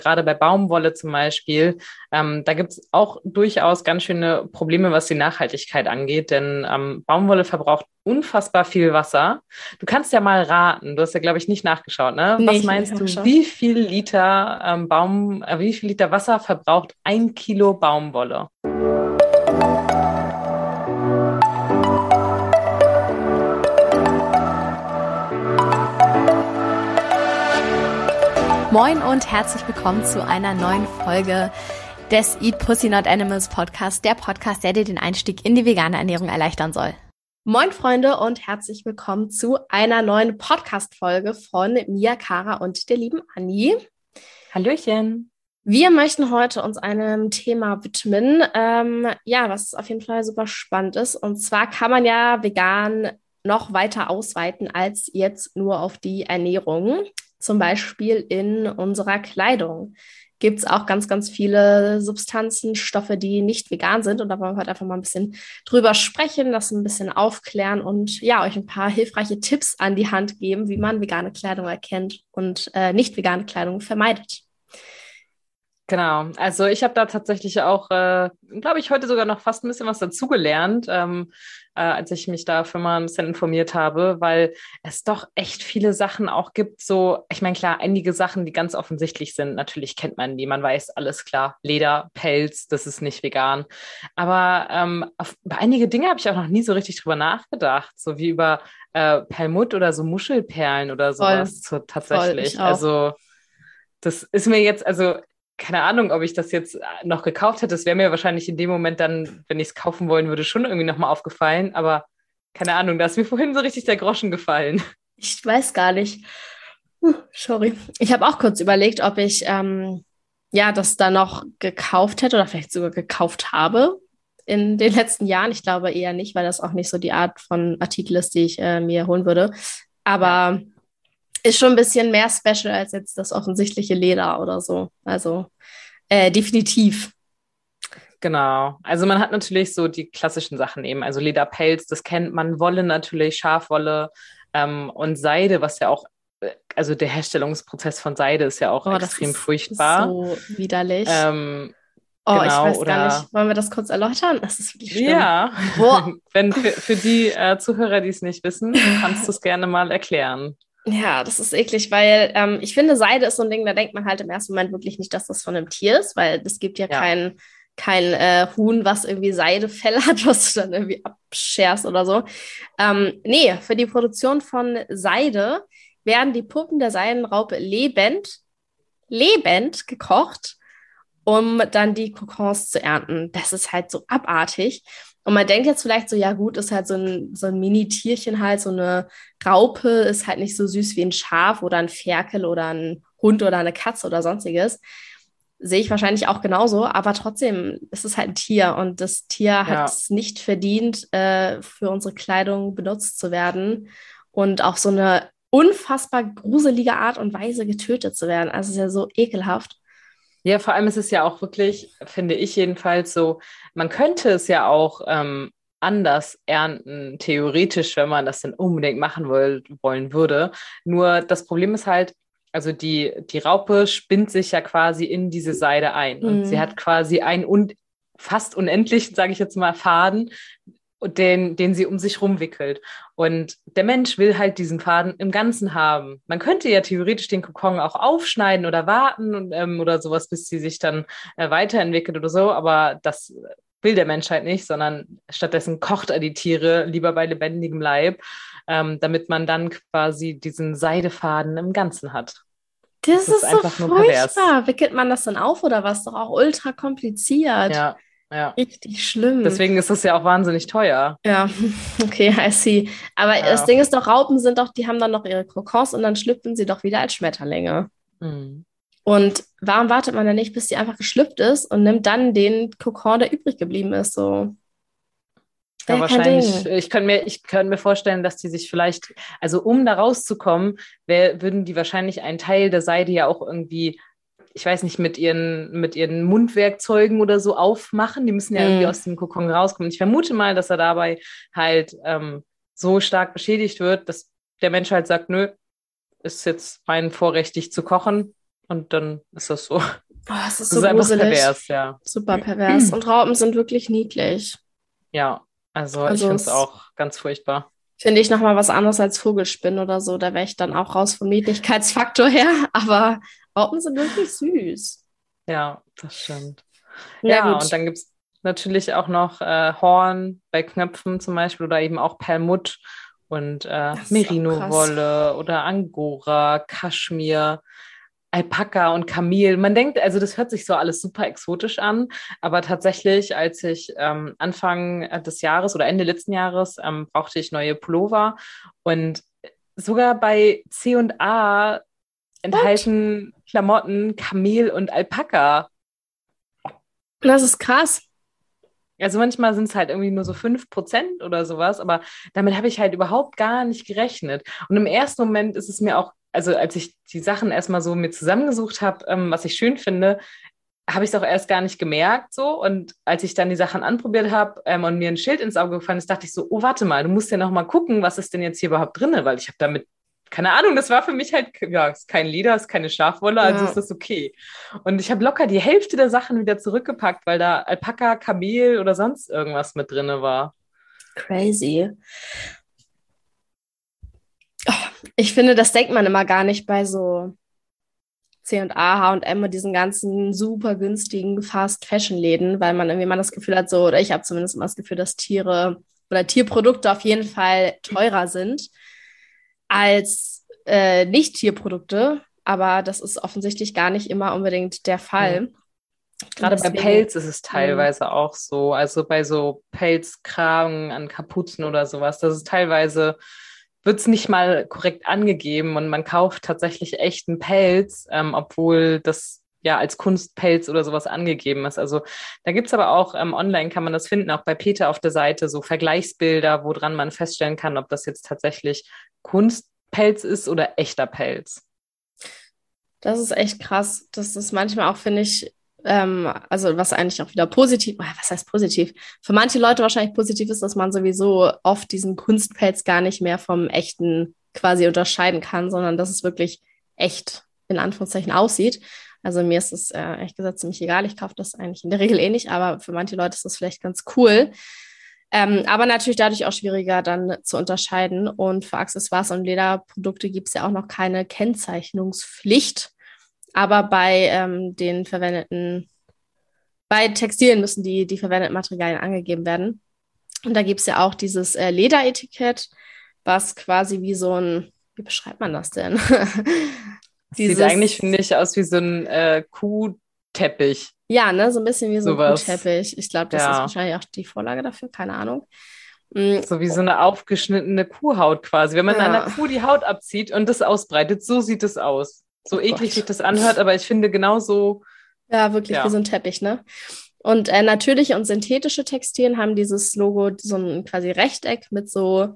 gerade bei Baumwolle zum Beispiel, da gibt es auch durchaus ganz schöne Probleme, was die Nachhaltigkeit angeht, denn Baumwolle verbraucht unfassbar viel Wasser. Du kannst ja mal raten, du hast ja, glaube ich, nicht nachgeschaut, ne? Nee, Was ich habe nicht meinst du, nachgeschaut. wie viel Liter Wasser verbraucht 1 Kilo Baumwolle? Moin und herzlich willkommen zu einer neuen Folge des Eat Pussy Not Animals Podcast, der Podcast, der dir den Einstieg in die vegane Ernährung erleichtern soll. Moin Freunde und herzlich willkommen zu einer neuen Podcast-Folge von mir, Kara und der lieben Anni. Hallöchen. Wir möchten heute uns einem Thema widmen, was auf jeden Fall super spannend ist. Und zwar kann man ja vegan noch weiter ausweiten als jetzt nur auf die Ernährung. Zum Beispiel in unserer Kleidung gibt es auch ganz, ganz viele Substanzen, Stoffe, die nicht vegan sind. Und da wollen wir heute einfach mal ein bisschen drüber sprechen, das ein bisschen aufklären und ja, euch ein paar hilfreiche Tipps an die Hand geben, wie man vegane Kleidung erkennt und nicht vegane Kleidung vermeidet. Genau, also ich habe da tatsächlich auch, glaube ich, heute sogar noch fast ein bisschen was dazugelernt, als ich mich dafür mal ein bisschen informiert habe, weil es doch echt viele Sachen auch gibt, so, ich meine, klar, einige Sachen, die ganz offensichtlich sind, natürlich kennt man die, man weiß, alles klar, Leder, Pelz, das ist nicht vegan, aber über einige Dinge habe ich auch noch nie so richtig drüber nachgedacht, so wie über Perlmutt oder so Muschelperlen oder Voll, sowas, so voll, ich tatsächlich, auch. also das ist mir jetzt, also keine Ahnung, ob ich das jetzt noch gekauft hätte. Das wäre mir wahrscheinlich in dem Moment dann, wenn ich es kaufen wollen würde, schon irgendwie nochmal aufgefallen. Aber keine Ahnung, da ist mir vorhin so richtig der Groschen gefallen. Ich weiß gar nicht. Sorry. Ich habe auch kurz überlegt, ob ich das da noch gekauft hätte oder vielleicht sogar gekauft habe in den letzten Jahren. Ich glaube eher nicht, weil das auch nicht so die Art von Artikel ist, die ich mir holen würde. Ja, Aber ist schon ein bisschen mehr special als jetzt das offensichtliche Leder oder so. Also definitiv. genau. Also man hat natürlich so die klassischen Sachen eben. Also Lederpelz, das kennt man, Wolle natürlich, Schafwolle und Seide, was ja auch, also der Herstellungsprozess von Seide ist ja auch Oh, das extrem ist furchtbar. so widerlich. Ähm, Oh, ich genau, weiß gar oder nicht. Wollen wir das kurz erläutern? Das ist wirklich schlimm. ja, Boah. wenn für die Zuhörer, die es nicht wissen, kannst du es gerne mal erklären. Ja, das ist eklig, weil ich finde, Seide ist so ein Ding, da denkt man halt im ersten Moment wirklich nicht, dass das von einem Tier ist, weil es gibt ja Ja, kein Huhn, was irgendwie Seidefell hat, was du dann irgendwie abscherst oder so. Nee, für die Produktion von Seide werden die Puppen der Seidenraupe lebend gekocht, um dann die Kokons zu ernten. Das ist halt so abartig. Und man denkt jetzt vielleicht so, ja gut, ist halt so ein Mini-Tierchen halt, so eine Raupe ist halt nicht so süß wie ein Schaf oder ein Ferkel oder ein Hund oder eine Katze oder sonstiges. Sehe ich wahrscheinlich auch genauso, aber trotzdem ist es halt ein Tier und das Tier hat ja. es nicht verdient, für unsere Kleidung benutzt zu werden und auf so eine unfassbar gruselige Art und Weise getötet zu werden. Also es ist ja so ekelhaft. Ja, vor allem ist es ja auch wirklich, finde ich jedenfalls so, man könnte es ja auch anders ernten, theoretisch, wenn man das denn unbedingt machen wollen würde. Nur das Problem ist halt, also die Raupe spinnt sich ja quasi in diese Seide ein und sie Hm. hat quasi einen fast unendlichen, sage ich jetzt mal, Faden, den sie um sich rumwickelt. Und der Mensch will halt diesen Faden im Ganzen haben. Man könnte ja theoretisch den Kokon auch aufschneiden oder warten oder sowas, bis sie sich dann weiterentwickelt oder so, aber das will der Mensch halt nicht, sondern stattdessen kocht er die Tiere lieber bei lebendigem Leib, damit man dann quasi diesen Seidefaden im Ganzen hat. Das Das ist ist so einfach nur pervers. furchtbar. Wickelt man das dann auf oder was? Doch auch ultra kompliziert. Ja, ja. Richtig schlimm. Deswegen ist es ja auch wahnsinnig teuer. Ja, okay, I see. Aber das Ja. Ding ist doch, Raupen sind doch, die haben dann noch ihre Kokons und dann schlüpfen sie doch wieder als Schmetterlinge. Hm. Und warum wartet man dann nicht, bis sie einfach geschlüpft ist und nimmt dann den Kokon, der übrig geblieben ist? So, Ja, wäre kein wahrscheinlich. Ding. Ich könnte mir vorstellen, dass die sich vielleicht, also um da rauszukommen, würden die wahrscheinlich einen Teil der Seide ja auch irgendwie, ich weiß nicht, mit ihren Mundwerkzeugen oder so aufmachen. Die müssen ja irgendwie Hm. aus dem Kokon rauskommen. Ich vermute mal, dass er dabei halt so stark beschädigt wird, dass der Mensch halt sagt, nö, ist jetzt mein Vorrecht, dich zu kochen. und dann ist das so. Oh, es ist Das so ist einfach gruselig. pervers, ja. Super pervers. Und Raupen sind wirklich niedlich. Ja, also ich Also finde es es auch ganz furchtbar. finde ich nochmal was anderes als Vogelspinnen oder so. Da wäre ich dann auch raus vom Niedlichkeitsfaktor her. Aber Raupen sind wirklich süß. Ja, das stimmt. Na Ja, und gut. dann gibt es natürlich auch noch Horn bei Knöpfen zum Beispiel oder eben auch Perlmutt und Das ist auch krass. Merino-Wolle oder Angora, Kaschmir, Alpaka und Kamel. Man denkt, also das hört sich so alles super exotisch an, aber tatsächlich, als ich Anfang des Jahres oder Ende letzten Jahres brauchte ich neue Pullover und sogar bei C&A What? enthalten Klamotten Kamel und Alpaka. Das ist krass. Also manchmal sind es halt irgendwie nur so 5% oder sowas, aber damit habe ich halt überhaupt gar nicht gerechnet. Und im ersten Moment ist es mir auch, also als ich die Sachen erstmal so mir zusammengesucht habe, was ich schön finde, habe ich es auch erst gar nicht gemerkt so. Und als ich dann die Sachen anprobiert habe und mir ein Schild ins Auge gefallen ist, dachte ich so, oh, warte mal, du musst ja noch mal gucken, was ist denn jetzt hier überhaupt drin, weil ich habe damit keine Ahnung, das war für mich halt, ja, ist kein Leder, ist keine Schafwolle, also ist Ja, das okay. Und ich habe locker die Hälfte der Sachen wieder zurückgepackt, weil da Alpaka, Kamel oder sonst irgendwas mit drinne war. crazy. Oh, ich finde, das denkt man immer gar nicht bei so C&A, H&M und diesen ganzen super günstigen Fast-Fashion-Läden, weil man irgendwie mal das Gefühl hat, so, oder ich habe zumindest immer das Gefühl, dass Tiere oder Tierprodukte auf jeden Fall teurer sind als Nicht-Tierprodukte. Aber das ist offensichtlich gar nicht immer unbedingt der Nee. Fall. Und Gerade bei deswegen, Pelz ist es mh, teilweise auch so. Also bei so Pelzkragen an Kapuzen oder sowas. Das ist teilweise, wird es nicht mal korrekt angegeben und man kauft tatsächlich echten Pelz, obwohl das ja als Kunstpelz oder sowas angegeben ist. Also da gibt es aber auch online kann man das finden, auch bei Peter auf der Seite, so Vergleichsbilder, woran man feststellen kann, ob das jetzt tatsächlich Kunstpelz ist oder echter Pelz. das ist echt krass. Das ist manchmal auch, finde ich, also was eigentlich auch wieder positiv, was heißt positiv? Für manche Leute wahrscheinlich positiv ist, dass man sowieso oft diesen Kunstpelz gar nicht mehr vom echten quasi unterscheiden kann, sondern dass es wirklich echt in Anführungszeichen aussieht. Also mir ist es ehrlich gesagt ziemlich egal. Ich kaufe das eigentlich in der Regel eh nicht, aber für manche Leute ist das vielleicht ganz cool. Aber natürlich dadurch auch schwieriger dann zu unterscheiden. Und für Accessoires und Lederprodukte gibt es ja auch noch keine Kennzeichnungspflicht. Aber bei den verwendeten, bei Textilien müssen die verwendeten Materialien angegeben werden. Und da gibt es ja auch dieses Lederetikett, was quasi wie so ein, wie beschreibt man das denn? Das sieht eigentlich, Dieses, finde ich, aus wie so ein Kuhteppich, ja, ne, so ein bisschen wie so ein sowas. Kuhteppich. Ich glaube, das ist Ja, wahrscheinlich auch die Vorlage dafür, keine Ahnung. Mm, so wie so eine aufgeschnittene Kuhhaut quasi. Wenn man einer ja, Kuh die Haut abzieht und das ausbreitet, so sieht es aus. So oh eklig sich Gott. das anhört, aber ich finde genauso, Ja, wirklich wie so ja, ein Teppich, ne? Und natürliche und synthetische Textilien haben dieses Logo, so ein quasi Rechteck mit so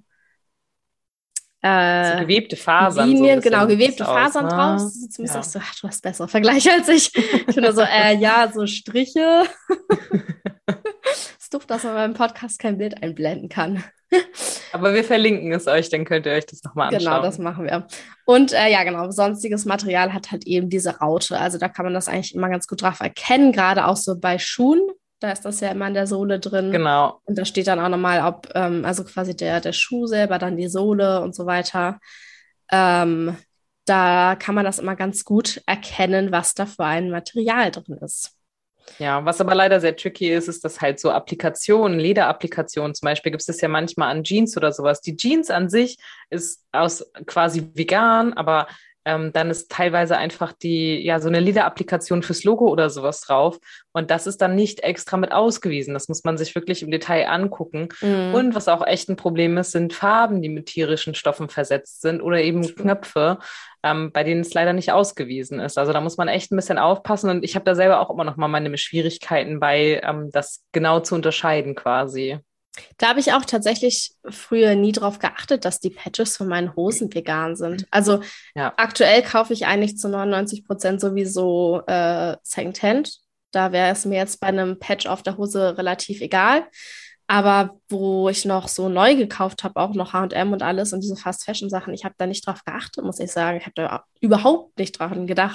so äh, gewebte Fasern, so ein Linien, genau, bisschen sieht das gewebte aus, Fasern drauf. ne? Zumindest sagst Ja. du, ach, du hast bessere Vergleiche als ich. Ich finde so, ja, so Striche. Es ist doof, dass man beim Podcast kein Bild einblenden kann. Aber wir verlinken es euch, dann könnt ihr euch das nochmal Genau, das anschauen. machen wir. Und ja, genau, sonstiges Material hat halt eben diese Raute. Also da kann man das eigentlich immer ganz gut drauf erkennen, gerade auch so bei Schuhen. Da ist das ja immer in der Sohle drin. Genau. Und da steht dann auch nochmal, ob, also quasi der Schuh selber, dann die Sohle und so weiter. Ähm, Da kann man das immer ganz gut erkennen, was da für ein Material drin ist. Ja, was aber leider sehr tricky ist, ist, dass halt so Applikationen, Lederapplikationen zum Beispiel, gibt es das ja manchmal an Jeans oder sowas. Die Jeans an sich ist aus quasi vegan, aber dann ist teilweise einfach die, ja, so eine Lederapplikation fürs Logo oder sowas drauf. Und das ist dann nicht extra mit ausgewiesen. Das muss man sich wirklich im Detail angucken. Mhm. Und was auch echt ein Problem ist, sind Farben, die mit tierischen Stoffen versetzt sind oder eben Knöpfe, bei denen es leider nicht ausgewiesen ist. Also da muss man echt ein bisschen aufpassen und ich habe da selber auch immer noch mal meine Schwierigkeiten bei, das genau zu unterscheiden quasi. Da habe ich auch tatsächlich früher nie drauf geachtet, dass die Patches von meinen Hosen vegan sind. Also Ja, aktuell kaufe ich eigentlich zu 99% sowieso Secondhand. Da wäre es mir jetzt bei einem Patch auf der Hose relativ egal. Aber wo ich noch so neu gekauft habe, auch noch H&M und alles und diese Fast-Fashion-Sachen, ich habe da nicht drauf geachtet, muss ich sagen. Ich habe da überhaupt nicht dran gedacht.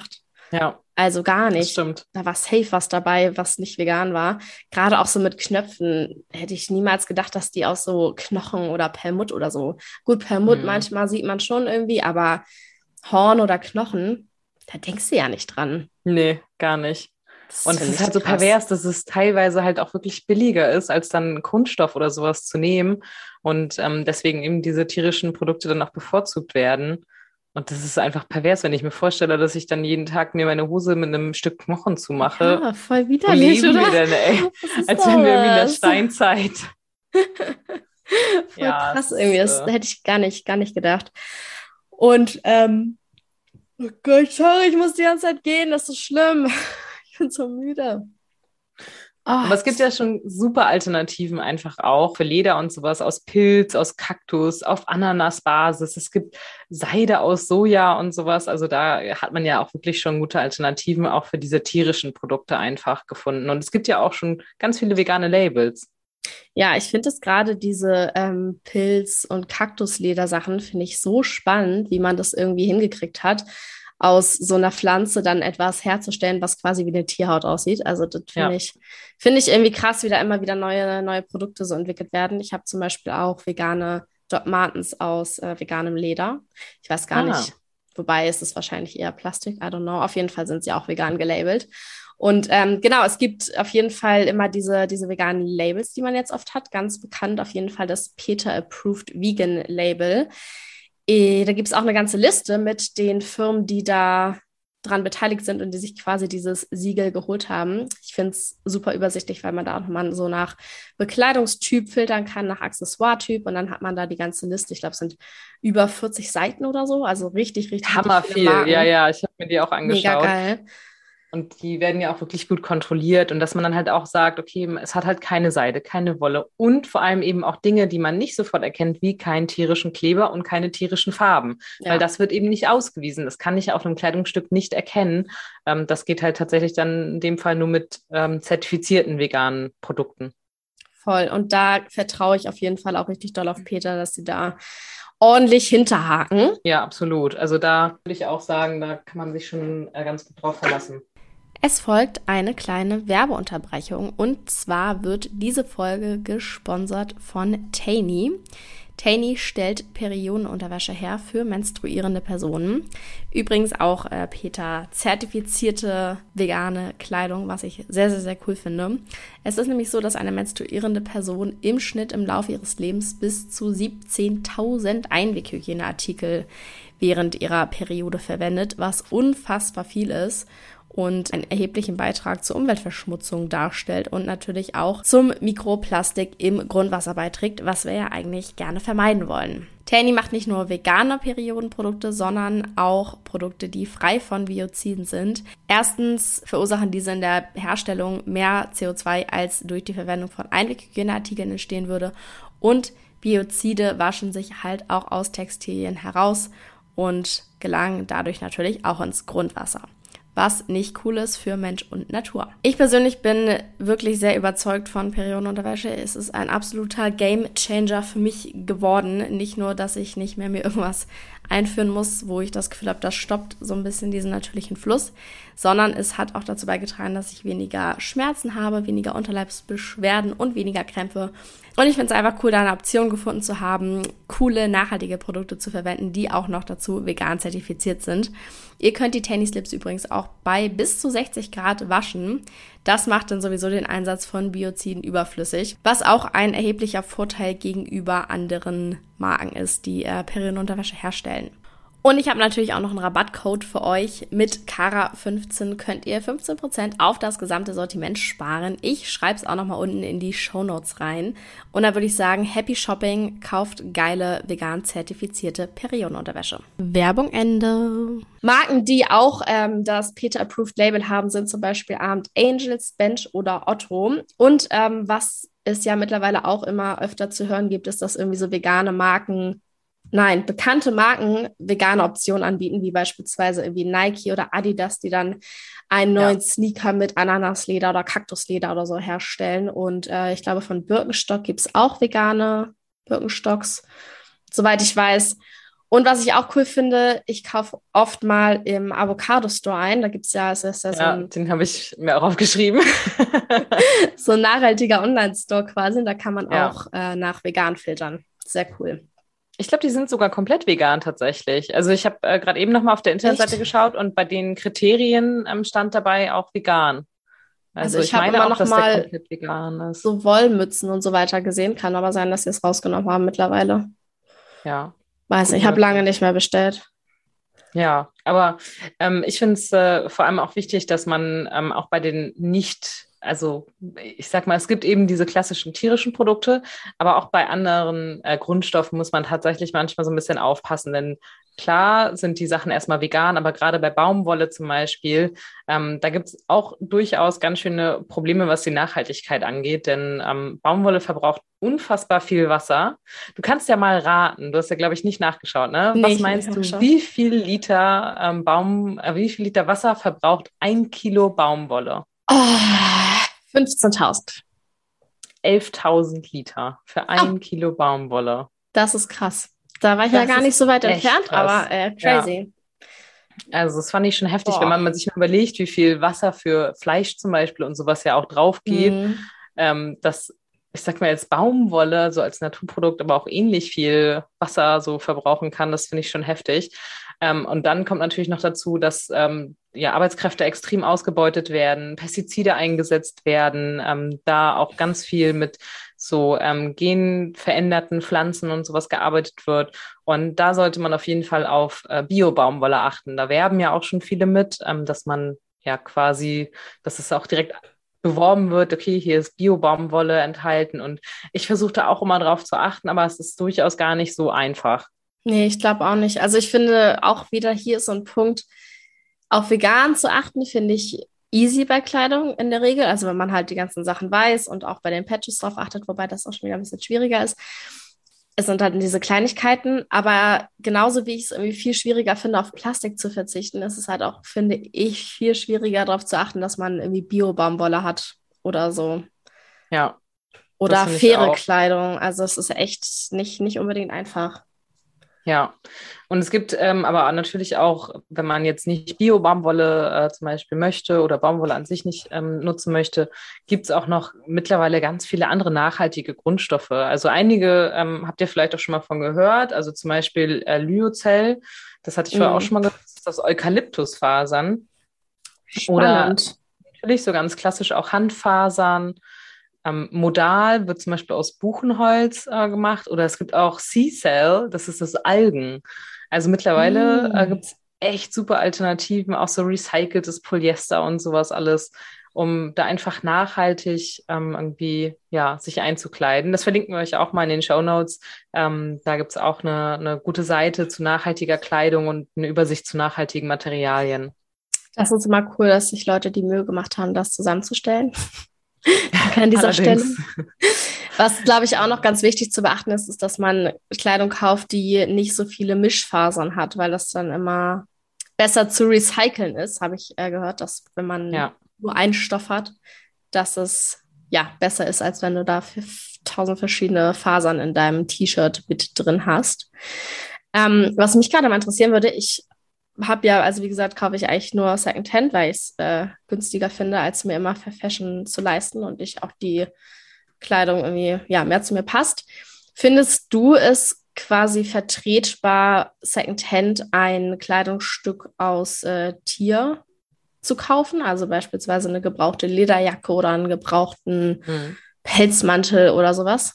Ja, Also gar das nicht. stimmt. Da war safe was dabei, was nicht vegan war. Gerade auch so mit Knöpfen hätte ich niemals gedacht, dass die aus so Knochen oder Perlmutt oder so. Gut, Perlmutt Hm. manchmal sieht man schon irgendwie, aber Horn oder Knochen, da denkst du ja nicht dran. Nee, gar nicht. Das Und es finde ist halt ich so krass. pervers, dass es teilweise halt auch wirklich billiger ist, als dann Kunststoff oder sowas zu nehmen. Und deswegen eben diese tierischen Produkte dann auch bevorzugt werden. Und das ist einfach pervers, wenn ich mir vorstelle, dass ich dann jeden Tag mir meine Hose mit einem Stück Knochen zumache. Ja, voll Wo widerlich, leben oder? wir denn, ey? Was ist Als wären wir irgendwie in der das? Steinzeit. Voll Ja, krass es irgendwie. ist, Das hätte ich gar nicht gedacht. Und, oh Gott, sorry, ich muss die ganze Zeit gehen. Das ist schlimm. Ich bin so müde. aber Ah, es gibt ja schon super Alternativen einfach auch für Leder und sowas aus Pilz, aus Kaktus, auf Ananasbasis. Es gibt Seide aus Soja und sowas. Also da hat man ja auch wirklich schon gute Alternativen auch für diese tierischen Produkte einfach gefunden. Und es gibt ja auch schon ganz viele vegane Labels. ja, ich finde es gerade diese Pilz- und Kaktusledersachen, finde ich so spannend, wie man das irgendwie hingekriegt hat, aus so einer Pflanze dann etwas herzustellen, was quasi wie eine Tierhaut aussieht. Also das Ja. finde ich irgendwie krass, wie da immer wieder neue Produkte so entwickelt werden. Ich habe zum Beispiel auch vegane Doc Martens aus veganem Leder. Ich weiß gar Ah, nicht, wobei es ist wahrscheinlich eher Plastik, I don't know. Auf jeden Fall sind sie auch vegan gelabelt. Und genau, es gibt auf jeden Fall immer diese veganen Labels, die man jetzt oft hat. Ganz bekannt auf jeden Fall das PETA Approved Vegan Label. Da gibt es auch eine ganze Liste mit den Firmen, die da dran beteiligt sind und die sich quasi dieses Siegel geholt haben. Ich finde es super übersichtlich, weil man da auch nochmal so nach Bekleidungstyp filtern kann, nach Accessoire-Typ und dann hat man da die ganze Liste. Ich glaube, es sind über 40 Seiten oder so, also richtig hammer viele viel. Ja, Marken. ja, ich habe mir die auch Mega angeschaut. geil. Und die werden ja auch wirklich gut kontrolliert und dass man dann halt auch sagt, okay, es hat halt keine Seide, keine Wolle und vor allem eben auch Dinge, die man nicht sofort erkennt, wie keinen tierischen Kleber und keine tierischen Farben, weil Ja. das wird eben nicht ausgewiesen. Das kann ich auf einem Kleidungsstück nicht erkennen. Das geht halt tatsächlich dann in dem Fall nur mit zertifizierten veganen Produkten. Voll. Und da vertraue ich auf jeden Fall auch richtig doll auf Peter, dass sie da ordentlich hinterhaken. Ja, absolut. Also da würde ich auch sagen, da kann man sich schon ganz gut drauf verlassen. Es folgt eine kleine Werbeunterbrechung und zwar wird diese Folge gesponsert von Tainy. Tainy stellt Periodenunterwäsche her für menstruierende Personen. Übrigens auch PETA-zertifizierte vegane Kleidung, was ich sehr cool finde. Es ist nämlich so, dass eine menstruierende Person im Schnitt im Laufe ihres Lebens bis zu 17.000 Einweghygieneartikel während ihrer Periode verwendet, was unfassbar viel ist und einen erheblichen Beitrag zur Umweltverschmutzung darstellt und natürlich auch zum Mikroplastik im Grundwasser beiträgt, was wir ja eigentlich gerne vermeiden wollen. Tainy macht nicht nur vegane Periodenprodukte, sondern auch Produkte, die frei von Bioziden sind. Erstens verursachen diese in der Herstellung mehr CO2, als durch die Verwendung von Einweghygieneartikeln entstehen würde. Und Biozide waschen sich halt auch aus Textilien heraus und gelangen dadurch natürlich auch ins Grundwasser, was nicht cool ist für Mensch und Natur. Ich persönlich bin wirklich sehr überzeugt von Periodenunterwäsche. Es ist ein absoluter Game-Changer für mich geworden. Nicht nur, dass ich nicht mehr mir irgendwas einführen muss, wo ich das Gefühl habe, das stoppt so ein bisschen diesen natürlichen Fluss, sondern es hat auch dazu beigetragen, dass ich weniger Schmerzen habe, weniger Unterleibsbeschwerden und weniger Krämpfe. Und ich finde es einfach cool, da eine Option gefunden zu haben, coole, nachhaltige Produkte zu verwenden, die auch noch dazu vegan zertifiziert sind. Ihr könnt die Tainy Slips übrigens auch bei bis zu 60 Grad waschen. Das macht dann sowieso den Einsatz von Bioziden überflüssig, was auch ein erheblicher Vorteil gegenüber anderen Marken ist, die Periodenunterwäsche herstellen. Und ich habe natürlich auch noch einen Rabattcode für euch. Mit Kara15 könnt ihr 15% auf das gesamte Sortiment sparen. Ich schreibe es auch nochmal unten in die Shownotes rein. Und dann würde ich sagen, Happy Shopping, kauft geile, vegan zertifizierte Periodenunterwäsche. Werbung Ende. Marken, die auch das PETA-Approved Label haben, sind zum Beispiel Armed Angels, Bench oder Otto. Und was es ja mittlerweile auch immer öfter zu hören gibt, ist, dass irgendwie so bekannte Marken vegane Optionen anbieten, wie beispielsweise irgendwie Nike oder Adidas, die dann einen neuen Sneaker mit Ananasleder oder Kaktusleder oder so herstellen. Und ich glaube, von Birkenstock gibt es auch vegane Birkenstocks, soweit ich weiß. Und was ich auch cool finde, ich kaufe oft mal im Avocado-Store ein. Da gibt es ja, es ist ja Ja, den habe ich mir auch aufgeschrieben. so ein nachhaltiger Online-Store quasi. Und da kann man Ja. auch nach vegan filtern. Sehr cool. Ich glaube, die sind sogar komplett vegan tatsächlich. Also ich habe gerade eben noch mal auf der Internetseite Echt? geschaut und bei den Kriterien stand dabei auch vegan. Also Also ich ich habe meine immer auch, noch dass der mal komplett vegan ist. so Wollmützen und so weiter gesehen. Kann aber sein, dass sie es rausgenommen haben mittlerweile. Ja, Weiß nicht, gut ich habe lange möglich. nicht mehr bestellt. Ja, aber ich finde es vor allem auch wichtig, dass man auch bei den nicht, also ich sag mal, es gibt eben diese klassischen tierischen Produkte, aber auch bei anderen Grundstoffen muss man tatsächlich manchmal so ein bisschen aufpassen, denn klar sind die Sachen erstmal vegan, aber gerade bei Baumwolle zum Beispiel, da gibt es auch durchaus ganz schöne Probleme, was die Nachhaltigkeit angeht, denn Baumwolle verbraucht unfassbar viel Wasser. Du kannst ja mal raten, du hast ja, glaube ich, nicht nachgeschaut, ne? Nee, Was ich habe nicht meinst du, nachgeschaut. wie viel Liter Wasser verbraucht 1 Kilo Baumwolle? Oh, 15.000. 11.000 Liter für Oh, 1 Kilo Baumwolle. das ist krass. Da war ich ja Das gar nicht ist so weit echt entfernt, aber krass. Ja, crazy. also das fand ich schon heftig, wenn Boah. man sich mal überlegt, wie viel Wasser für Fleisch zum Beispiel und sowas ja auch drauf geht, Hm. dass, ich sag mal jetzt Baumwolle so als Naturprodukt aber auch ähnlich viel Wasser so verbrauchen kann, das finde ich schon heftig. Und dann kommt natürlich noch dazu, dass ja, Arbeitskräfte extrem ausgebeutet werden, Pestizide eingesetzt werden, da auch ganz viel mit so genveränderten Pflanzen und sowas gearbeitet wird. Und da sollte man auf jeden Fall auf Bio-Baumwolle achten. Da werben ja auch schon viele mit, dass man ja quasi, dass es auch direkt beworben wird, okay, hier ist Bio-Baumwolle enthalten. Und ich versuche da auch immer drauf zu achten, aber es ist durchaus gar nicht so einfach. Nee, ich glaube auch nicht. Also ich finde auch wieder hier ist so ein Punkt, auf vegan zu achten, finde ich easy bei Kleidung in der Regel. Also wenn man halt die ganzen Sachen weiß und auch bei den Patches drauf achtet, wobei das auch schon wieder ein bisschen schwieriger ist. Es sind halt diese Kleinigkeiten, aber genauso wie ich es irgendwie viel schwieriger finde, auf Plastik zu verzichten, ist es halt auch, finde ich, viel schwieriger darauf zu achten, dass man irgendwie Bio-Baumwolle hat oder so. Ja, das Oder finde ich faire auch. Kleidung. Also es ist echt nicht unbedingt einfach. Ja, und es gibt aber natürlich auch, wenn man jetzt nicht Bio-Baumwolle zum Beispiel möchte oder Baumwolle an sich nicht nutzen möchte, gibt es auch noch mittlerweile ganz viele andere nachhaltige Grundstoffe. Also einige habt ihr vielleicht auch schon mal von gehört, also zum Beispiel Lyocell, das hatte ich vorher auch Mm, schon mal gehört, das ist aus Eukalyptusfasern oder spannend. natürlich so ganz klassisch auch Handfasern. Modal wird zum Beispiel aus Buchenholz gemacht oder es gibt auch Sea Cell, das ist das Algen. Also mittlerweile Mm. gibt es echt super Alternativen, auch so recyceltes Polyester und sowas alles, um da einfach nachhaltig irgendwie ja, sich einzukleiden. Das verlinken wir euch auch mal in den Shownotes. Da gibt es auch eine gute Seite zu nachhaltiger Kleidung und eine Übersicht zu nachhaltigen Materialien. Das ist immer cool, dass sich Leute die Mühe gemacht haben, das zusammenzustellen. Danke an dieser Stelle. Allerdings, Was, glaube ich, auch noch ganz wichtig zu beachten ist, ist, dass man Kleidung kauft, die nicht so viele Mischfasern hat, weil das dann immer besser zu recyceln ist, habe ich gehört, dass wenn man ja. nur einen Stoff hat, dass es ja besser ist, als wenn du da 1.000 verschiedene Fasern in deinem T-Shirt mit drin hast. Was mich gerade mal interessieren würde, ich habe ja, also wie gesagt, kaufe ich eigentlich nur Secondhand, weil ich es günstiger finde, als mir immer für Fashion zu leisten und ich auch die Kleidung irgendwie ja mehr zu mir passt. Findest du es quasi vertretbar, Secondhand ein Kleidungsstück aus Tier zu kaufen? Also beispielsweise eine gebrauchte Lederjacke oder einen gebrauchten Hm. Pelzmantel oder sowas?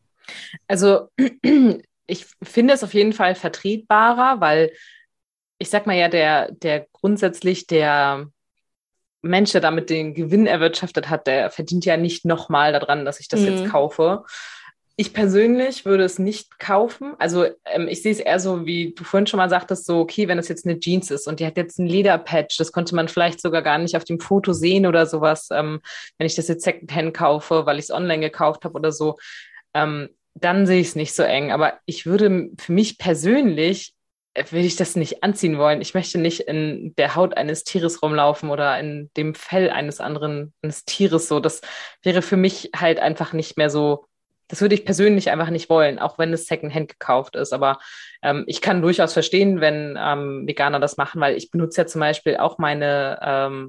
Also ich finde es auf jeden Fall vertretbarer, weil ich sag mal ja, der grundsätzlich der Mensch, der damit den Gewinn erwirtschaftet hat, der verdient ja nicht nochmal daran, dass ich das jetzt Hm. kaufe. Ich persönlich würde es nicht kaufen. Also ich sehe es eher so, wie du vorhin schon mal sagtest, so, okay, wenn es jetzt eine Jeans ist und die hat jetzt einen Lederpatch, das konnte man vielleicht sogar gar nicht auf dem Foto sehen oder sowas, wenn ich das jetzt Secondhand kaufe, weil ich es online gekauft habe oder so, dann sehe ich es nicht so eng. Aber ich würde für mich persönlich will ich das nicht anziehen wollen. Ich möchte nicht in der Haut eines Tieres rumlaufen oder in dem Fell eines Tieres so. Das wäre für mich halt einfach nicht mehr so das würde ich persönlich einfach nicht wollen, auch wenn es Secondhand gekauft ist. Aber ich kann durchaus verstehen, wenn Veganer das machen, weil ich benutze ja zum Beispiel auch meine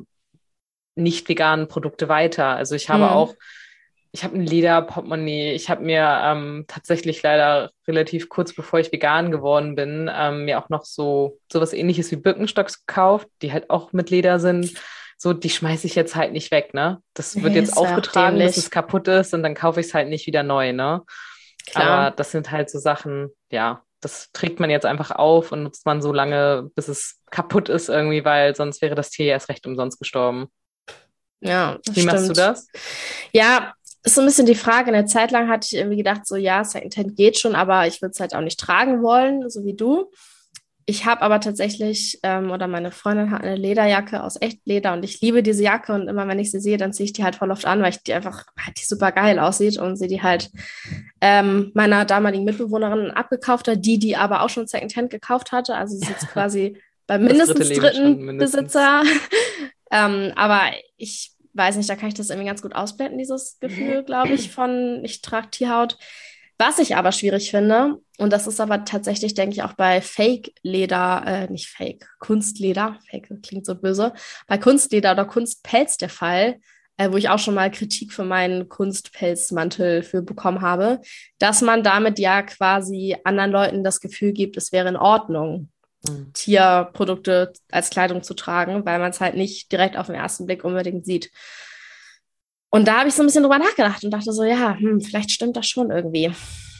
nicht veganen Produkte weiter. Also ich habe Mhm. auch, ich habe ein Lederportemonnaie. Ich habe mir tatsächlich leider relativ kurz bevor ich vegan geworden bin, mir auch noch sowas Ähnliches wie Birkenstocks gekauft, die halt auch mit Leder sind. So, die schmeiße ich jetzt halt nicht weg, ne? Das wird Nee, jetzt ist ja auch aufgetragen, bis dämlich. es kaputt ist und dann kaufe ich es halt nicht wieder neu, ne? Aber Klar. das sind halt so Sachen, ja, das trägt man jetzt einfach auf und nutzt man so lange, bis es kaputt ist irgendwie, weil sonst wäre das Tier ja erst recht umsonst gestorben. Ja, das Wie machst du stimmt. das? Ja, ist so ein bisschen die Frage. Eine Zeit lang hatte ich irgendwie gedacht, so ja, Secondhand geht schon, aber ich würde es halt auch nicht tragen wollen, so wie du. Ich habe aber tatsächlich, oder meine Freundin hat eine Lederjacke aus Echtleder und ich liebe diese Jacke und immer wenn ich sie sehe, dann ziehe ich die halt voll oft an, weil ich die einfach, halt die super geil aussieht und sie die halt meiner damaligen Mitbewohnerin abgekauft hat, die aber auch schon Secondhand gekauft hatte. Also sie ist jetzt quasi beim Das dritte mindestens Leben schon dritten mindestens. Besitzer. Aber ich weiß nicht, da kann ich das irgendwie ganz gut ausblenden, dieses Gefühl, glaube ich, von ich trage Tierhaut. Was ich aber schwierig finde, und das ist aber tatsächlich, denke ich, auch bei Fake-Leder, nicht Fake, Kunstleder, Fake klingt so böse, bei Kunstleder oder Kunstpelz der Fall, wo ich auch schon mal Kritik für meinen Kunstpelzmantel für bekommen habe, dass man damit ja quasi anderen Leuten das Gefühl gibt, es wäre in Ordnung, Hm. Tierprodukte als Kleidung zu tragen, weil man es halt nicht direkt auf den ersten Blick unbedingt sieht. Und da habe ich so ein bisschen drüber nachgedacht und dachte so, ja, vielleicht stimmt das schon irgendwie.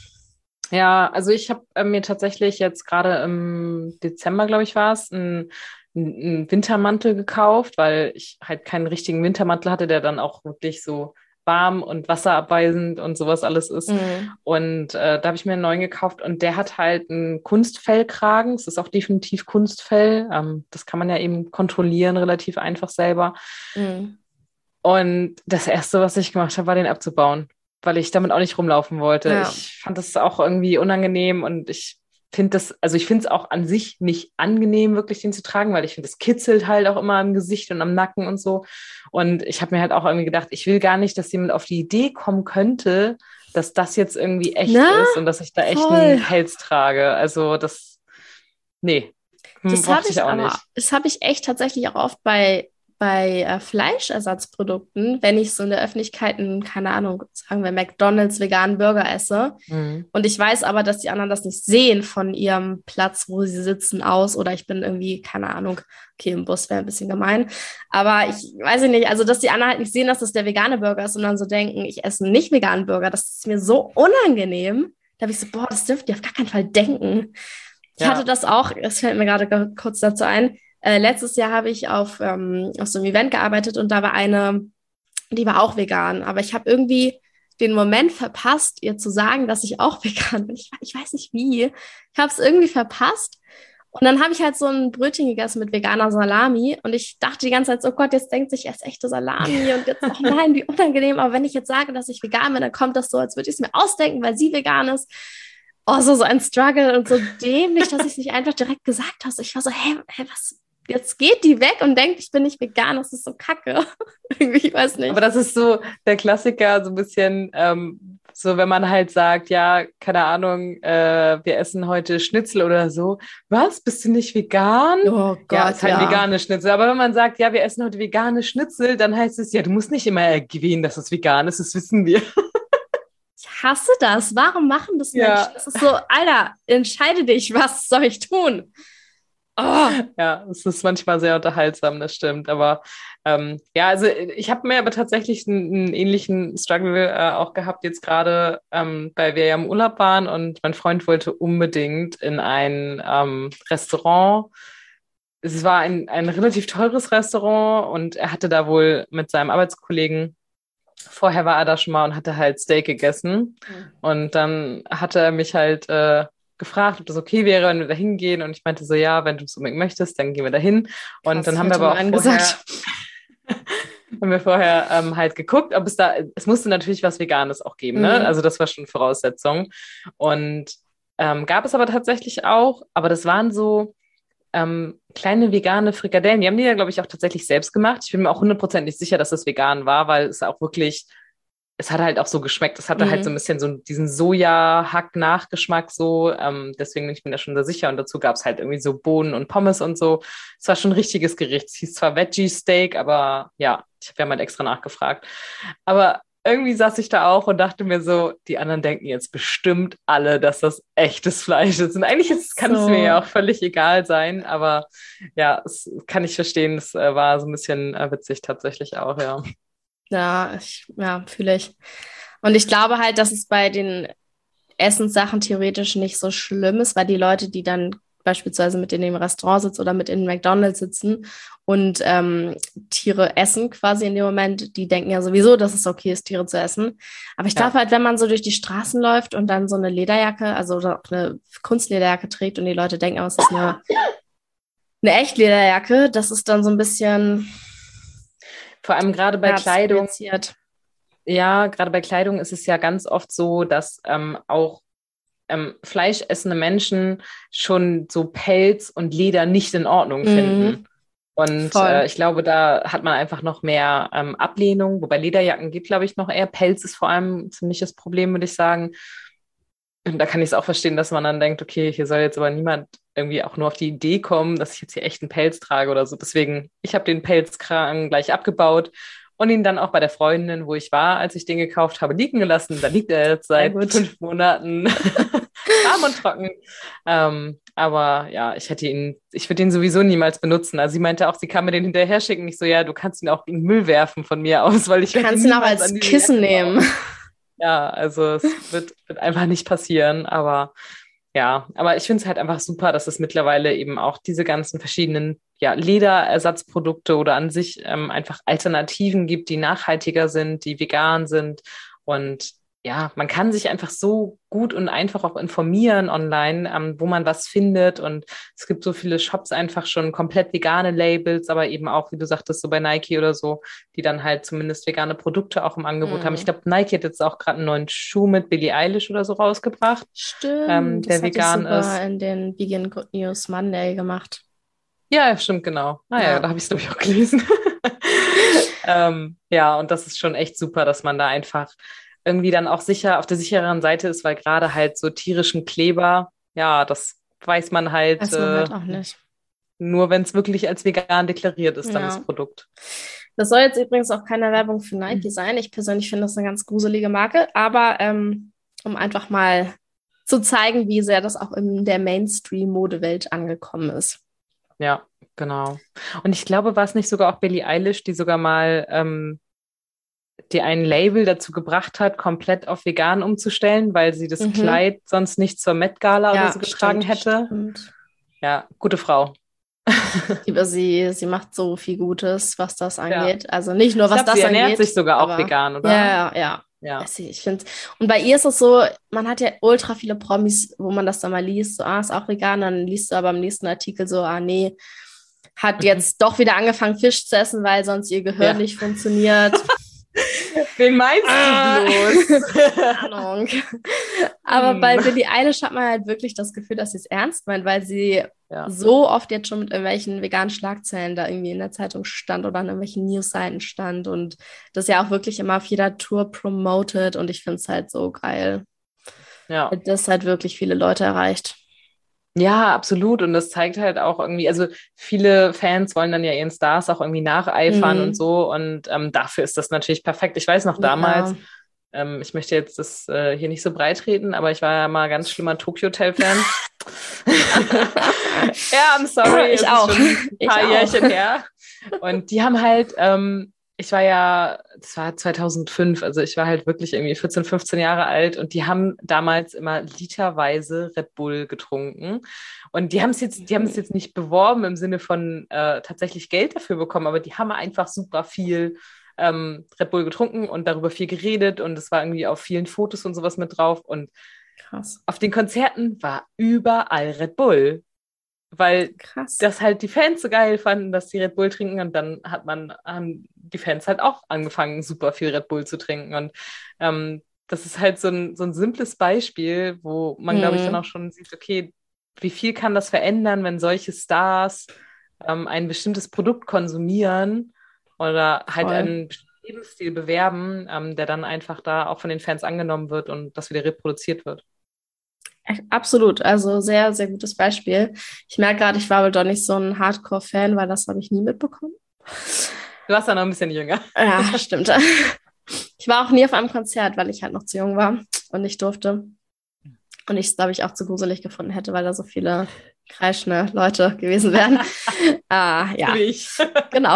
Ja, also ich habe mir tatsächlich jetzt gerade im Dezember, glaube ich, war es, einen Wintermantel gekauft, weil ich halt keinen richtigen Wintermantel hatte, der dann auch wirklich so warm und wasserabweisend und sowas alles ist. Mhm. Und da habe ich mir einen neuen gekauft und der hat halt einen Kunstfellkragen. Es ist auch definitiv Kunstfell. Das kann man ja eben kontrollieren, relativ einfach selber. Mhm. Und das Erste, was ich gemacht habe, war den abzubauen, weil ich damit auch nicht rumlaufen wollte. Ja. Ich fand das auch irgendwie unangenehm und ich finde das, also ich finde es auch an sich nicht angenehm, wirklich den zu tragen, weil ich finde, es kitzelt halt auch immer am Gesicht und am Nacken und so. Und ich habe mir halt auch irgendwie gedacht, ich will gar nicht, dass jemand auf die Idee kommen könnte, dass das jetzt irgendwie echt Na, ist und dass ich da echt voll. einen Pelz trage. Also das, nee, brauchte ich auch nicht. Das habe ich echt tatsächlich auch oft bei Fleischersatzprodukten, wenn ich so in der Öffentlichkeit einen, keine Ahnung, sagen wir McDonald's veganen Burger esse. Mhm. Und ich weiß aber, dass die anderen das nicht sehen von ihrem Platz, wo sie sitzen, aus. Oder ich bin irgendwie, keine Ahnung, okay, im Bus wäre ein bisschen gemein. Aber ich weiß nicht, also dass die anderen halt nicht sehen, dass das der vegane Burger ist und dann so denken, ich esse einen nicht veganen Burger. Das ist mir so unangenehm. Da habe ich so, boah, das dürft ihr auf gar keinen Fall denken. Ich hatte Ja. das auch, es fällt mir gerade kurz dazu ein. Letztes Jahr habe ich auf so einem Event gearbeitet und da war eine, die war auch vegan, aber ich habe irgendwie den Moment verpasst, ihr zu sagen, dass ich auch vegan bin. Ich weiß nicht wie. Ich habe es irgendwie verpasst. Und dann habe ich halt so ein Brötchen gegessen mit veganer Salami und ich dachte die ganze Zeit, so, oh Gott, jetzt denkt sich erst echte Salami und jetzt, oh nein, wie unangenehm. Aber wenn ich jetzt sage, dass ich vegan bin, dann kommt das so, als würde ich es mir ausdenken, weil sie vegan ist. Oh, so ein Struggle und so dämlich, dass ich es nicht einfach direkt gesagt habe. Ich war so, hey, was? Jetzt geht die weg und denkt, ich bin nicht vegan. Das ist so kacke. Irgendwie, ich weiß Aber nicht. das ist so der Klassiker, so ein bisschen, so wenn man halt sagt, ja, keine Ahnung, wir essen heute Schnitzel oder so. Was? Bist du nicht vegan? Oh Ja, Gott, ist halt ein ja. veganes Schnitzel. Aber wenn man sagt, ja, wir essen heute vegane Schnitzel, dann heißt es, ja, du musst nicht immer erwähnen, dass es vegan ist, das wissen wir. Ich hasse das. Warum machen das Menschen? Ja, Das ist so, Alter, entscheide dich, was soll ich tun? Oh. ja, es ist manchmal sehr unterhaltsam, das stimmt. Aber ja, also ich habe mir aber tatsächlich einen ähnlichen Struggle auch gehabt jetzt gerade, weil wir ja im Urlaub waren und mein Freund wollte unbedingt in ein Restaurant. Es war ein relativ teures Restaurant und er hatte da wohl mit seinem Arbeitskollegen, vorher war er da schon mal und hatte halt Steak gegessen. Und dann hatte er mich halt gefragt, ob das okay wäre, wenn wir da hingehen. Und ich meinte so, ja, wenn du es unbedingt möchtest, dann gehen wir da hin. Und Krass, dann ich haben wir hätte aber auch Nein vorher, gesagt. haben wir vorher halt geguckt, ob es da, es musste natürlich was Veganes auch geben, ne? Mhm. Also das war schon Voraussetzung. Und gab es aber tatsächlich auch, aber das waren so kleine vegane Frikadellen. Die haben die ja, glaube ich, auch tatsächlich selbst gemacht. Ich bin mir auch hundertprozentig sicher, dass das vegan war, weil es auch wirklich es hat halt auch so geschmeckt. Es hatte halt so ein Mhm. bisschen so diesen Soja-Hack-Nachgeschmack so. Deswegen bin ich mir da schon sehr sicher. Und dazu gab es halt irgendwie so Bohnen und Pommes und so. Es war schon ein richtiges Gericht. Es hieß zwar Veggie-Steak, aber ja, ich habe ja mal extra nachgefragt. Aber irgendwie saß ich da auch und dachte mir so, die anderen denken jetzt bestimmt alle, dass das echtes Fleisch ist. Und eigentlich kann es mir ja So, auch völlig egal sein, aber ja, das kann ich verstehen. Es war so ein bisschen witzig tatsächlich auch, ja. ja, fühle ich. Und ich glaube halt, dass es bei den Essenssachen theoretisch nicht so schlimm ist, weil die Leute, die dann beispielsweise mit in dem Restaurant sitzen oder mit in McDonald's sitzen und Tiere essen quasi in dem Moment, die denken ja sowieso, dass es okay ist, Tiere zu essen. Aber ich glaube Ja. halt, wenn man so durch die Straßen läuft und dann so eine Lederjacke, also oder auch eine Kunstlederjacke trägt und die Leute denken, oh, es ist eine Echtlederjacke, das ist dann so ein bisschen, Vor allem gerade bei ja, Kleidung. projiziert. Ja, gerade bei Kleidung ist es ja ganz oft so, dass auch fleischessende Menschen schon so Pelz und Leder nicht in Ordnung finden. Mhm, Und voll. ich glaube, da hat man einfach noch mehr Ablehnung, wobei Lederjacken geht, glaube ich, noch eher. Pelz ist vor allem ein ziemliches Problem, würde ich sagen. Und da kann ich es auch verstehen, dass man dann denkt, okay, hier soll jetzt aber niemand irgendwie auch nur auf die Idee kommen, dass ich jetzt hier echt einen Pelz trage oder so. Deswegen, ich habe den Pelzkragen gleich abgebaut und ihn dann auch bei der Freundin, wo ich war, als ich den gekauft habe, liegen gelassen. Da liegt er jetzt Sehr seit gut. 5 Monaten warm und trocken. Aber ja, ich würde ihn sowieso niemals benutzen. Also sie meinte auch, sie kann mir den hinterher schicken. Ich so, ja, du kannst ihn auch in den Müll werfen von mir aus, weil ich werde ihn Kannst ihn auch niemals an als diese Kissen Jacke nehmen. bauen. Ja, also es wird einfach nicht passieren, aber ja, aber ich finde es halt einfach super, dass es mittlerweile eben auch diese ganzen verschiedenen ja, Lederersatzprodukte oder an sich einfach Alternativen gibt, die nachhaltiger sind, die vegan sind. Und ja, man kann sich einfach so gut und einfach auch informieren online, wo man was findet. Und es gibt so viele Shops einfach schon komplett vegane Labels, aber eben auch, wie du sagtest, so bei Nike oder so, die dann halt zumindest vegane Produkte auch im Angebot haben. Ich Mhm. glaube, Nike hat jetzt auch gerade einen neuen Schuh mit Billie Eilish oder so rausgebracht, Stimmt, das der hatte ich vegan sogar ist. in den Vegan Good News Monday gemacht. Ja, stimmt, genau. Naja, Ja. da habe ich es, glaube ich, auch gelesen. Ja, und das ist schon echt super, dass man da einfach irgendwie dann auch sicher auf der sichereren Seite ist, weil gerade halt so tierischen Kleber, ja, das weiß man halt Weiß man halt auch nicht. nur, wenn es wirklich als vegan deklariert ist, dann das Ja. Produkt. Das soll jetzt übrigens auch keine Werbung für Nike sein. Ich persönlich finde das eine ganz gruselige Marke, aber um einfach mal zu zeigen, wie sehr das auch in der Mainstream-Modewelt angekommen ist. Ja, genau. Und ich glaube, war es nicht sogar auch Billie Eilish, die sogar mal die ein Label dazu gebracht hat, komplett auf vegan umzustellen, weil sie das Mhm. Kleid sonst nicht zur Met Gala oder Ja, so getragen stimmt, hätte. stimmt. Ja, gute Frau. Ich liebe sie, sie macht so viel Gutes, was das Ja. angeht. Also nicht nur, Ich was glaube, sie das ernährt angeht, sich sogar auch aber vegan, oder? ja, ja. Ja. Ich finde, und bei ihr ist es so, man hat ja ultra viele Promis, wo man das dann mal liest, so, ist auch vegan, dann liest du aber im nächsten Artikel so, nee, hat Mhm. jetzt doch wieder angefangen, Fisch zu essen, weil sonst ihr Gehirn Ja. nicht funktioniert. Wen meinst Ah, du bloß? keine Ahnung. Aber bei Hm. Billie Eilish hat man halt wirklich das Gefühl, dass sie es ernst meint, weil sie Ja. so oft jetzt schon mit irgendwelchen veganen Schlagzeilen da irgendwie in der Zeitung stand oder an irgendwelchen Newsseiten stand und das ja auch wirklich immer auf jeder Tour promotet und ich finde es halt so geil. Ja. Das halt wirklich viele Leute erreicht. Ja, absolut. Und das zeigt halt auch irgendwie, also viele Fans wollen dann ja ihren Stars auch irgendwie nacheifern und Mhm. so. Und dafür ist das natürlich perfekt. Ich weiß noch damals, Ja. ich möchte jetzt das hier nicht so breit reden, aber ich war ja mal ganz schlimmer Tokyo Hotel-Fan. Ja, I'm sorry, Ich es ist auch. schon ein Ich paar auch. Jährchen her. Und die haben halt, ich war ja, das war 2005, also ich war halt wirklich irgendwie 14, 15 Jahre alt und die haben damals immer literweise Red Bull getrunken. Und die haben es jetzt nicht beworben im Sinne von tatsächlich Geld dafür bekommen, aber die haben einfach super viel Red Bull getrunken und darüber viel geredet und es war irgendwie auf vielen Fotos und sowas mit drauf. Und Krass. auf den Konzerten war überall Red Bull, weil Krass. das halt die Fans so geil fanden, dass die Red Bull trinken und dann haben die Fans halt auch angefangen, super viel Red Bull zu trinken und das ist halt so ein simples Beispiel, wo man, glaube ich, dann auch Mhm. schon sieht, okay, wie viel kann das verändern, wenn solche Stars ein bestimmtes Produkt konsumieren oder halt Voll. einen bestimmten Lebensstil bewerben, der dann einfach da auch von den Fans angenommen wird und das wieder reproduziert wird. Absolut, also sehr, sehr gutes Beispiel. Ich merke gerade, ich war wohl doch nicht so ein Hardcore-Fan, weil das habe ich nie mitbekommen. Du warst ja noch ein bisschen jünger. Ja, stimmt. Ich war auch nie auf einem Konzert, weil ich halt noch zu jung war und nicht durfte. Und ich es, glaube ich, auch zu gruselig gefunden hätte, weil da so viele kreischende Leute gewesen wären. Ja, Wie ich. genau.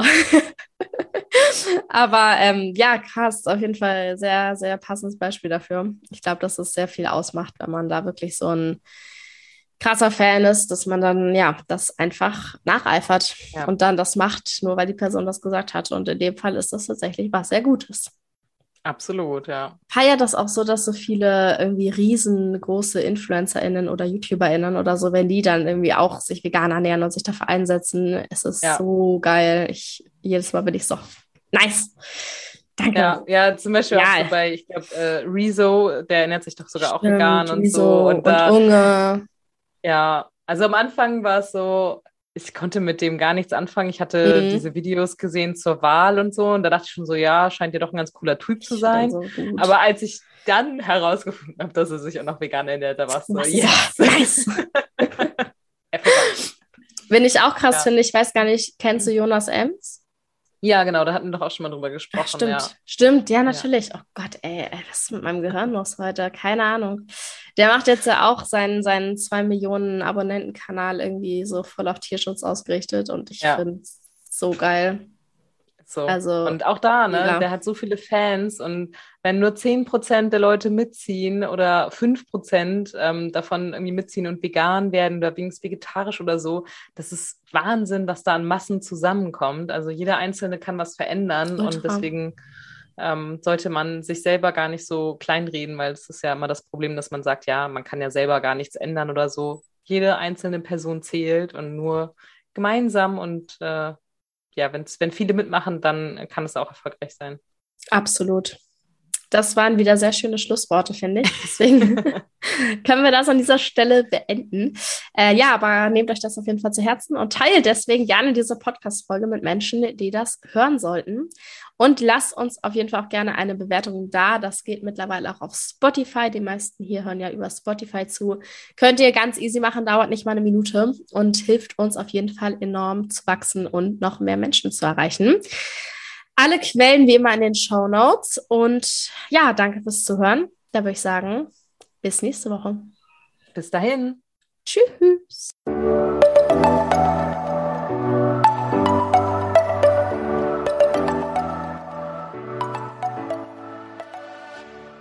Aber ja, krass, auf jeden Fall sehr, sehr passendes Beispiel dafür. Ich glaube, dass es sehr viel ausmacht, wenn man da wirklich so ein krasser Fan ist, dass man dann ja das einfach nacheifert Ja. und dann das macht, nur weil die Person das gesagt hat. Und in dem Fall ist das tatsächlich was sehr Gutes. Absolut, ja. Feiert das auch so, dass so viele irgendwie riesengroße InfluencerInnen oder YouTuberInnen oder so, wenn die dann irgendwie auch sich vegan ernähren und sich dafür einsetzen, es ist Ja. so geil. Jedes Mal bin ich so, nice. Danke. Ja, zum Beispiel Ja. auch so bei, ich glaube, Rezo, der ernährt sich doch sogar auch Stimmt, vegan und Rezo so. Und da, Unge. ja, also am Anfang war es so, ich konnte mit dem gar nichts anfangen. Ich hatte diese Videos gesehen zur Wahl und so und da dachte ich schon so, ja, scheint ja doch ein ganz cooler Typ zu sein. So gut. Aber als ich dann herausgefunden habe, dass er sich auch noch vegan ernährt, da war es so, yes. Nice. Wenn ich auch krass finde, ich weiß gar nicht, kennst du Jonas Ems? Ja, genau, da hatten wir doch auch schon mal drüber gesprochen. Ach, stimmt, ja. Stimmt, ja, natürlich. Ja. Oh Gott, ey, was ist mit meinem Gehirn los heute? Keine Ahnung. Der macht jetzt ja auch seinen 2 Millionen Abonnenten-Kanal irgendwie so voll auf Tierschutz ausgerichtet und ich finde es so geil. So. Also, und auch da, ne, mega. der hat so viele Fans und wenn nur 10% der Leute mitziehen oder 5% davon irgendwie mitziehen und vegan werden oder wenigstens vegetarisch oder so, das ist Wahnsinn, was da an Massen zusammenkommt. Also jeder Einzelne kann was verändern und deswegen sollte man sich selber gar nicht so kleinreden, weil es ist ja immer das Problem, dass man sagt, ja, man kann ja selber gar nichts ändern oder so. Jede einzelne Person zählt und nur gemeinsam und ja, wenn viele mitmachen, dann kann es auch erfolgreich sein. Absolut. Das waren wieder sehr schöne Schlussworte, finde ich. Deswegen können wir das an dieser Stelle beenden. Ja, aber nehmt euch das auf jeden Fall zu Herzen und teilt deswegen gerne diese Podcast-Folge mit Menschen, die das hören sollten. Und lasst uns auf jeden Fall auch gerne eine Bewertung da. Das geht mittlerweile auch auf Spotify. Die meisten hier hören ja über Spotify zu. Könnt ihr ganz easy machen, dauert nicht mal eine Minute und hilft uns auf jeden Fall enorm zu wachsen und noch mehr Menschen zu erreichen. Alle Quellen wie immer in den Shownotes. Und ja, danke fürs Zuhören. Da würde ich sagen, bis nächste Woche. Bis dahin. Tschüss.